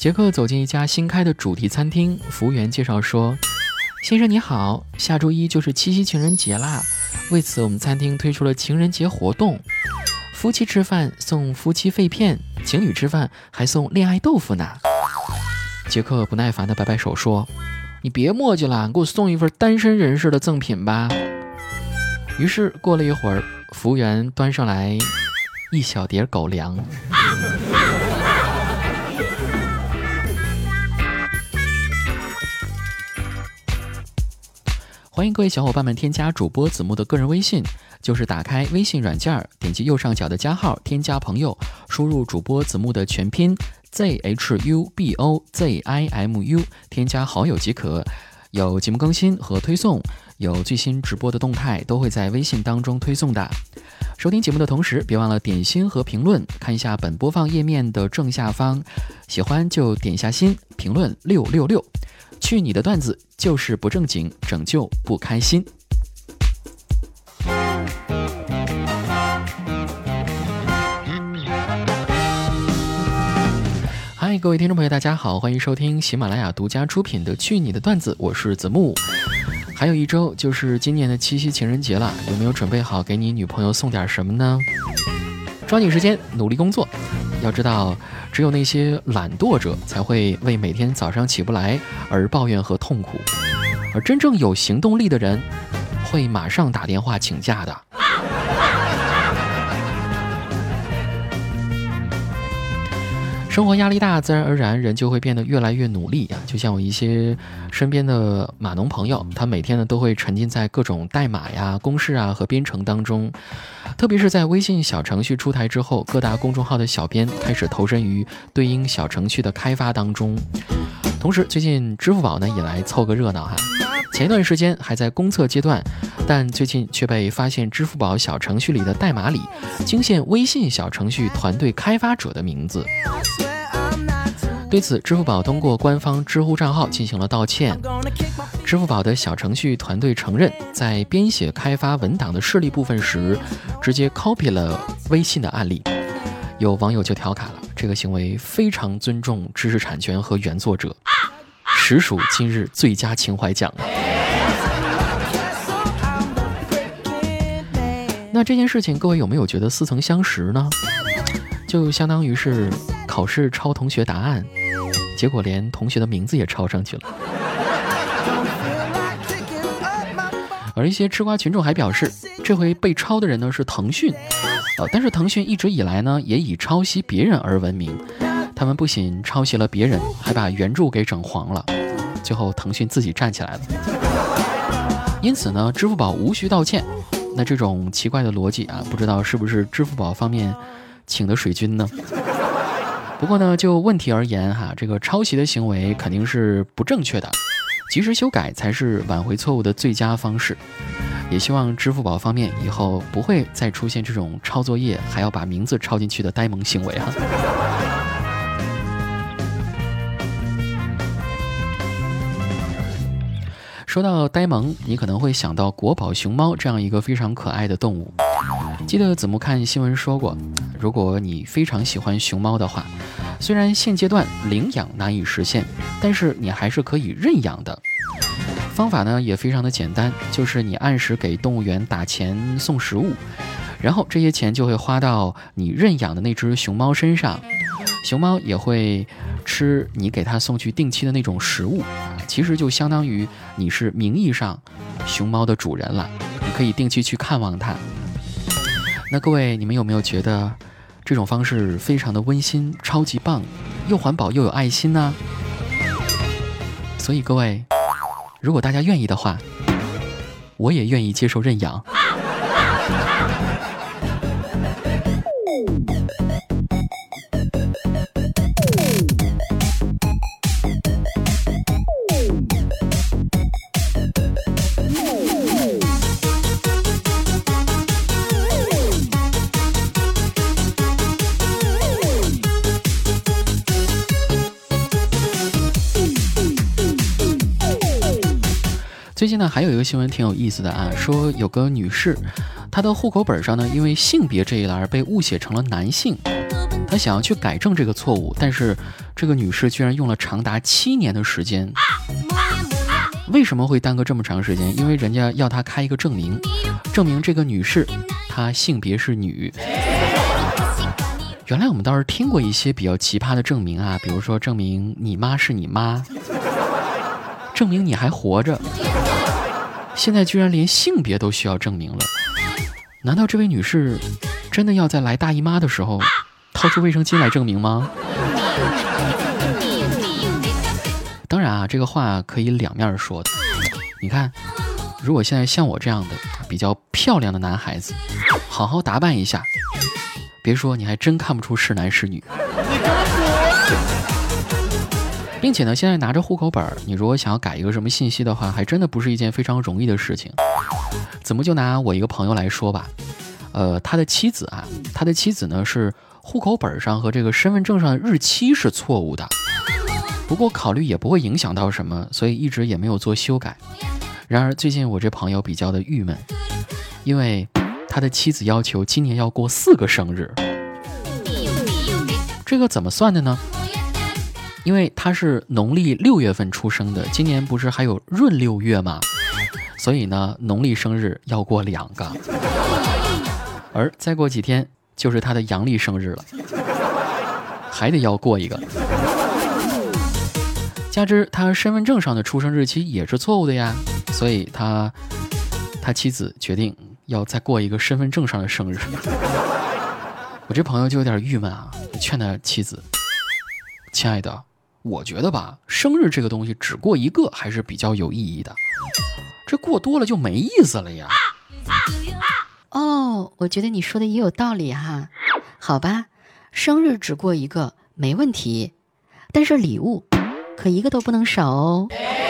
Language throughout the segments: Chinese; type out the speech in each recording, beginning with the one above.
杰克走进一家新开的主题餐厅，服务员介绍说：先生你好，下周一就是七夕情人节啦，为此我们餐厅推出了情人节活动，夫妻吃饭送夫妻肺片，情侣吃饭还送恋爱豆腐呢。杰克不耐烦地摆摆手说：你别磨叽了，给我送一份单身人士的赠品吧。于是过了一会儿，服务员端上来一小碟狗粮。欢迎各位小伙伴们添加主播子木的个人微信，就是打开微信软件，点击右上角的加号，添加朋友，输入主播子木的全拼 ZHUBOZIMU， 添加好友即可。有节目更新和推送，有最新直播的动态都会在微信当中推送的。收听节目的同时，别忘了点心和评论，看一下本播放页面的正下方，喜欢就点下心，评论666。去你的段子就是不正经，拯救不开心。嗨，各位听众朋友大家好，欢迎收听喜马拉雅独家出品的去你的段子，我是子木。还有一周就是今年的七夕情人节了，有没有准备好给你女朋友送点什么呢？抓紧时间努力工作，要知道只有那些懒惰者才会为每天早上起不来而抱怨和痛苦，而真正有行动力的人会马上打电话请假的。生活压力大，自然而然人就会变得越来越努力啊！就像我一些身边的码农朋友，他每天呢都会沉浸在各种代码呀、公式啊和编程当中。特别是在微信小程序出台之后，各大公众号的小编开始投身于对应小程序的开发当中。同时，最近支付宝呢也来凑个热闹哈。前一段时间还在公测阶段，但最近却被发现支付宝小程序里的代码里惊现微信小程序团队开发者的名字。对此，支付宝通过官方知乎账号进行了道歉。支付宝的小程序团队承认，在编写开发文档的示例部分时，直接 copy 了微信的案例。有网友就调侃了，这个行为非常尊重知识产权和原作者，实属今日最佳情怀奖。那这件事情各位有没有觉得似曾相识呢？就相当于是考试抄同学答案，结果连同学的名字也抄上去了。而一些吃瓜群众还表示，这回被抄的人呢是腾讯，但是腾讯一直以来呢也以抄袭别人而闻名，他们不仅抄袭了别人，还把原著给整黄了，最后腾讯自己站起来了。因此呢，支付宝无需道歉。那这种奇怪的逻辑啊，不知道是不是支付宝方面请的水军呢？不过呢，就问题而言哈，这个抄袭的行为肯定是不正确的，及时修改才是挽回错误的最佳方式。也希望支付宝方面以后不会再出现这种抄作业还要把名字抄进去的呆萌行为哈。说到呆萌，你可能会想到国宝熊猫这样一个非常可爱的动物。记得子木看新闻说过，如果你非常喜欢熊猫的话，虽然现阶段领养难以实现，但是你还是可以认养的。方法呢也非常的简单，就是你按时给动物园打钱送食物，然后这些钱就会花到你认养的那只熊猫身上，熊猫也会吃你给它送去定期的那种食物，其实就相当于你是名义上熊猫的主人了，你可以定期去看望它。那各位，你们有没有觉得这种方式非常的温馨，超级棒，又环保又有爱心呢？所以各位，如果大家愿意的话，我也愿意接受认养。最近呢，还有一个新闻挺有意思的啊，说有个女士，她的户口本上呢，因为性别这一栏被误写成了男性， 他想要去改正这个错误，但是这个女士居然用了长达7年的时间。为什么会耽搁这么长时间？因为人家要她开一个证明，证明这个女士她性别是女。原来我们倒是听过一些比较奇葩的证明啊，比如说证明你妈是你妈，证明你还活着。现在居然连性别都需要证明了，难道这位女士真的要在来大姨妈的时候掏出卫生巾来证明吗？当然啊，这个话可以两面说的。你看，如果现在像我这样的比较漂亮的男孩子，好好打扮一下，别说你还真看不出是男是女。并且呢，现在拿着户口本，你如果想要改一个什么信息的话，还真的不是一件非常容易的事情。怎么就拿我一个朋友来说吧，他的妻子呢是户口本上和这个身份证上的日期是错误的，不过考虑也不会影响到什么，所以一直也没有做修改。然而最近我这朋友比较的郁闷，因为他的妻子要求今年要过4个生日。这个怎么算的呢？因为他是农历6月份出生的，今年不是还有闰6月吗？所以呢，农历生日要过2个，而再过几天就是他的阳历生日了，还得要过一个。加之他身份证上的出生日期也是错误的呀，所以他妻子决定要再过一个身份证上的生日。我这朋友就有点郁闷啊，劝他妻子，亲爱的，我觉得吧，生日这个东西只过一个还是比较有意义的，这过多了就没意思了呀。 哦，我觉得你说的也有道理哈。好吧，生日只过一个没问题，但是礼物可一个都不能少哦。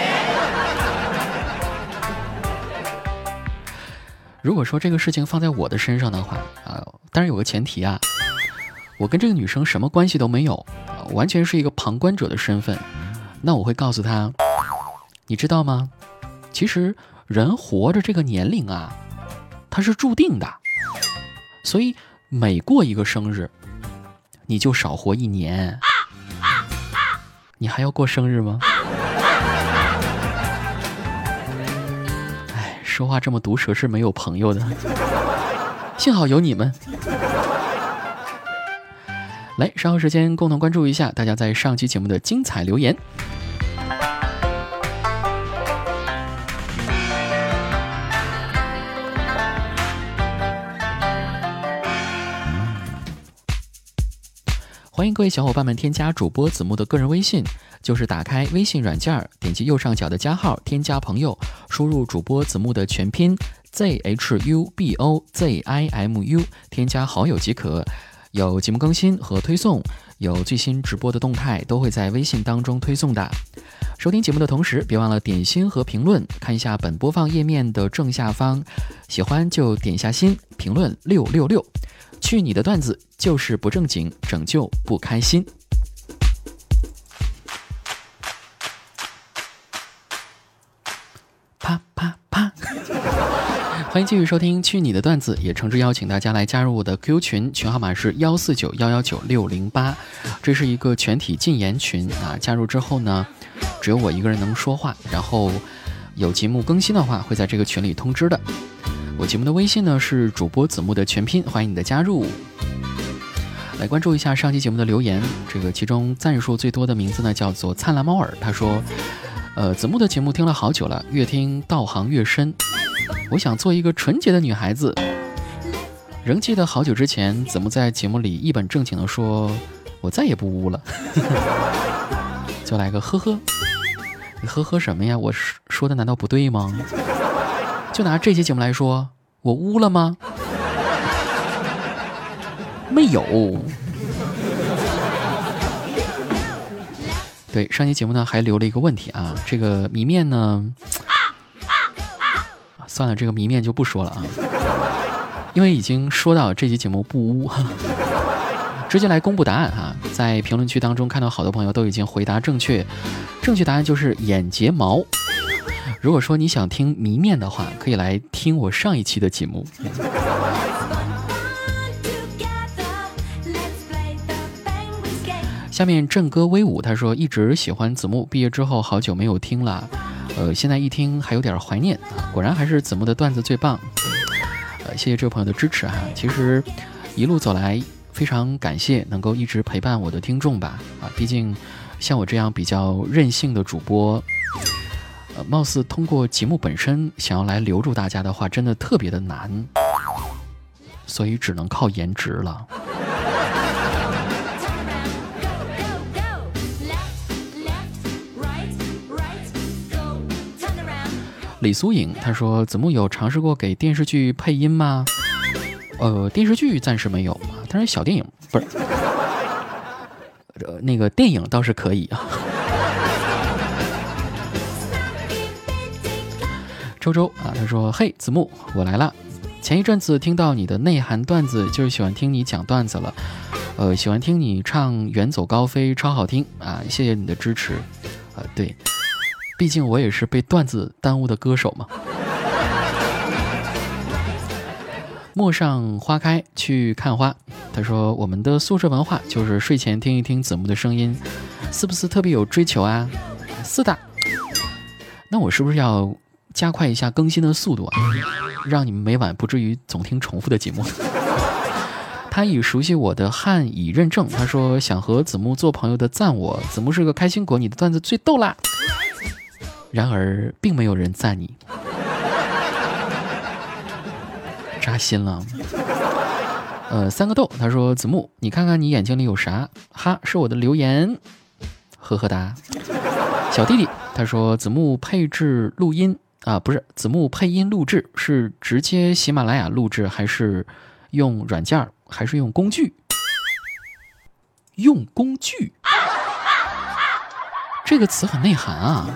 如果说这个事情放在我的身上的话当然有个前提啊，我跟这个女生什么关系都没有，完全是一个旁观者的身份。那我会告诉她，你知道吗？其实人活着这个年龄啊，它是注定的，所以每过一个生日，你就少活1年。你还要过生日吗？哎，说话这么毒舌是没有朋友的，幸好有你们。来，稍后时间共同关注一下大家在上期节目的精彩留言。欢迎各位小伙伴们添加主播子木的个人微信，就是打开微信软件，点击右上角的加号，添加朋友，输入主播子木的全拼 ZHUBOZIMU， 添加好友即可。有节目更新和推送，有最新直播的动态都会在微信当中推送的。收听节目的同时，别忘了点心和评论，看一下本播放页面的正下方，喜欢就点下心，评论666。去你的段子就是不正经，拯救不开心。啪啪啪。欢迎继续收听去你的段子，也诚挚邀请大家来加入我的 QQ 群，群号码是149119608，这是一个全体禁言群啊。加入之后呢，只有我一个人能说话，然后有节目更新的话会在这个群里通知的。我节目的微信呢是主播子木的全拼，欢迎你的加入。来关注一下上期节目的留言，这个其中赞数最多的名字呢叫做灿烂猫耳，他说子木的节目听了好久了，越听道行越深，我想做一个纯洁的女孩子。仍记得好久之前子木在节目里一本正经的说我再也不污了。就来个呵呵。你呵呵什么呀？我说的难道不对吗？就拿这期节目来说，我污了吗？没有。对，上期节目呢还留了一个问题啊，这个谜面呢，算了，这个谜面就不说了啊，因为已经说到这期节目不污。直接来公布答案哈，在评论区当中看到好多朋友都已经回答正确，正确答案就是眼睫毛。如果说你想听谜面的话，可以来听我上一期的节目。 下面振歌威武，他说一直喜欢子木，毕业之后好久没有听了，现在一听还有点怀念啊，果然还是子木的段子最棒。谢谢这位朋友的支持哈。其实一路走来，非常感谢能够一直陪伴我的听众吧啊，毕竟像我这样比较任性的主播，貌似通过节目本身想要来留住大家的话，真的特别的难，所以只能靠颜值了。李苏颖他说，子木有尝试过给电视剧配音吗？电视剧暂时没有啊，但是小电影不是，那个电影倒是可以啊。周周啊，他说，嘿，子木，我来了。前一阵子听到你的内涵段子，就是喜欢听你讲段子了。喜欢听你唱《远走高飞》，超好听啊！谢谢你的支持。对，毕竟我也是被段子耽误的歌手嘛。陌上花开去看花，他说我们的宿舍文化就是睡前听一听子木的声音，是不是特别有追求啊？是的。那我是不是要加快一下更新的速度啊，让你们每晚不至于总听重复的节目？他以熟悉我的汉以认证，他说想和子木做朋友的赞我，子木是个开心果，你的段子最逗啦。然而并没有人赞你，扎心了。三个豆，他说子木你看看你眼睛里有啥？哈，是我的留言，呵呵哒。小弟弟他说子木配置录音啊，不是子木配音录制是直接喜马拉雅录制，还是用软件，还是用工具？用工具这个词很内涵啊。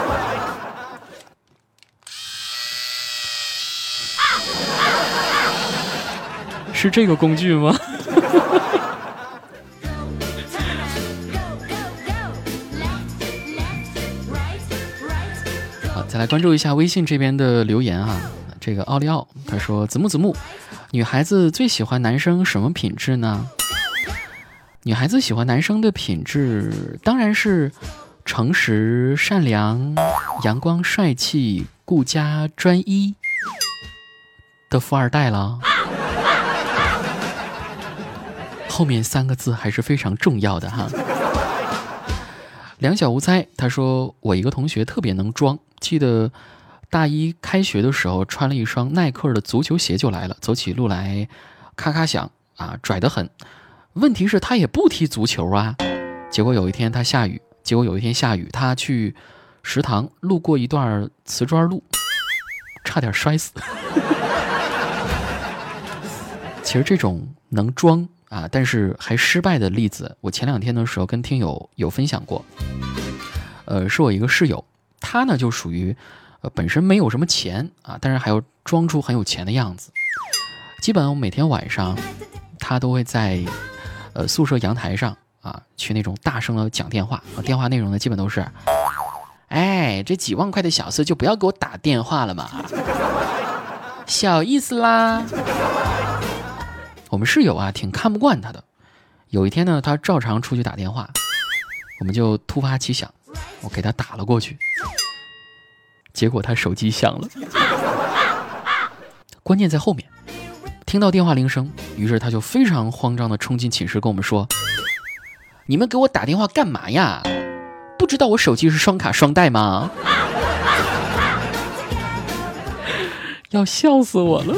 是这个工具吗？好，再来关注一下微信这边的留言啊。这个奥利奥他说子木，女孩子最喜欢男生什么品质呢？女孩子喜欢男生的品质当然是诚实、善良、阳光、帅气、顾家、专一的富二代了。后面三个字还是非常重要的哈。两小无猜他说我一个同学特别能装，记得大一开学的时候穿了一双耐克的足球鞋就来了，走起路来咔咔响啊，拽得很。问题是他也不踢足球啊。结果有一天下雨，他去食堂路过一段瓷砖路，差点摔死。其实这种能装啊，但是还失败的例子，我前2天的时候跟听友有分享过。是我一个室友，他呢就属于本身没有什么钱啊，但是还要装出很有钱的样子。基本我每天晚上，他都会在宿舍阳台上啊，去那种大声的讲电话，电话内容呢基本都是，哎，这几万块的小事就不要给我打电话了嘛，小意思啦。我们室友啊挺看不惯他的，有一天呢他照常出去打电话，我们就突发奇想，我给他打了过去，结果他手机响了，关键在后面，听到电话铃声，于是他就非常慌张地冲进寝室跟我们说，你们给我打电话干嘛呀？不知道我手机是双卡双待吗？要笑死我了。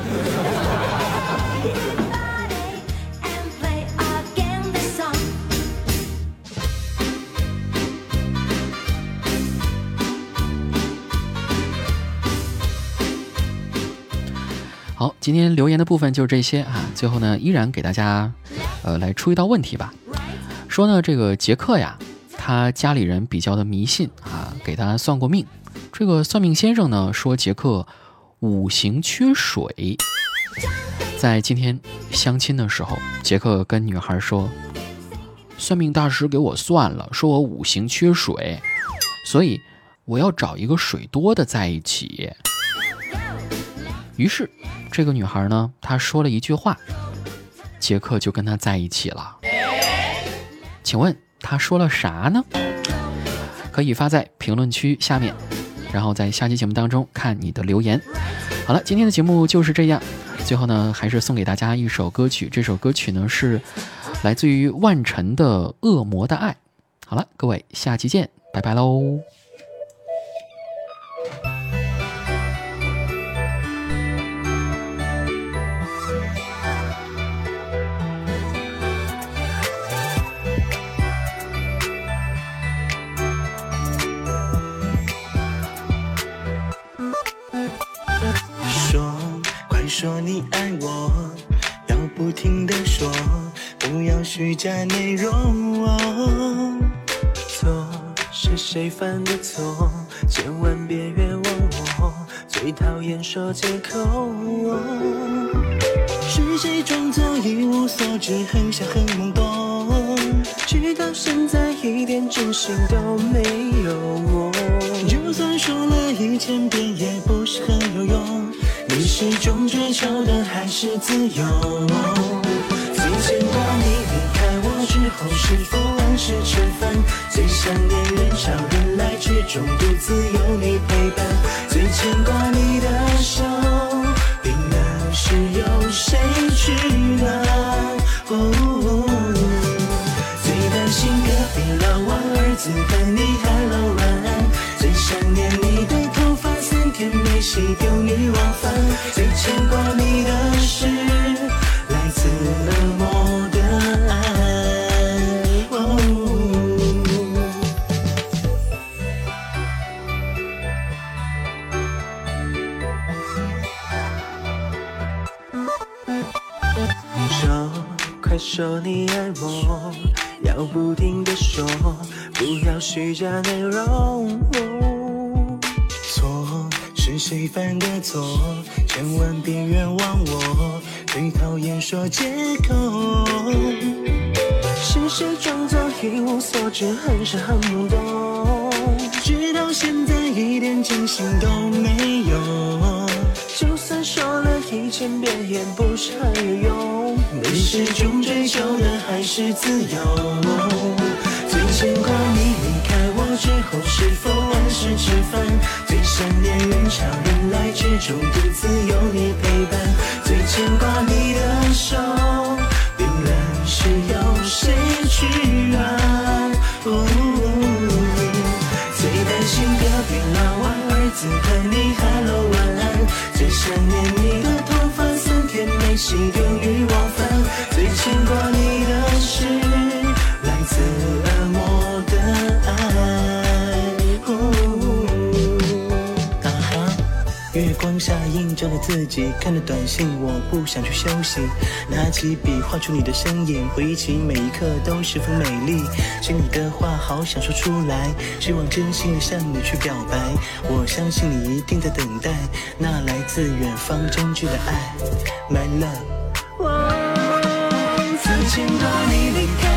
好，今天留言的部分就是这些啊。最后呢，依然给大家来出一道问题吧。说呢，这个杰克呀，他家里人比较的迷信啊，给他算过命。这个算命先生呢说杰克五行缺水。在今天相亲的时候，杰克跟女孩说，算命大师给我算了，说我五行缺水，所以我要找一个水多的在一起。于是这个女孩呢，她说了一句话，杰克就跟她在一起了。 请问他说了啥呢？可以发在评论区下面，然后在下期节目当中看你的留言。好了，今天的节目就是这样。最后呢，还是送给大家一首歌曲，这首歌曲呢是来自于万晨的《恶魔的爱》。好了，各位，下期见，拜拜喽。 说你爱我，要不停地说，不要虚假内容。错是谁犯的错，千万别冤枉我，最讨厌说借口。是谁装作一无所知，很傻很懵懂，直到现在一点真心都没有。就算说了1000遍，也不是很有用。你始终追求的还是自由。最牵挂你离开我之后，是否按时吃饭？最想念人潮人来之中，独自有你陪伴。最牵挂你的手，冰冷时有谁取暖？最担心隔壁老王儿子和你hello晚安。最想念你的头发3天没洗丢女王饭。最牵挂你的是来自恶魔的爱。说，快说你爱我，要不停地说，不要虚假内容。错是谁犯的错，千万别冤枉我，最讨厌说借口。是谁装作一无所知，很傻很懵懂，直到现在一点惊喜都没有。就算说了1000遍，也不是很有用。你始终追求的还是自由。最牵挂你离开我之后，是否按时吃饭？最想念人潮人来之中，独自有你陪伴。最牵挂你的手，冰冷时有谁取暖？最担心隔壁老王儿子和你hello晚安。最想念你的头发3天没洗丢女王饭。最牵挂你的是来自恶魔的爱。月光下映照着自己，看着短信我不想去休息，拿起笔画出你的身影，回忆起每一刻都十分美丽。心里的话好想说出来，希望真心的向你去表白。我相信你一定在等待那来自远方真挚的爱 My love。最牵挂你离开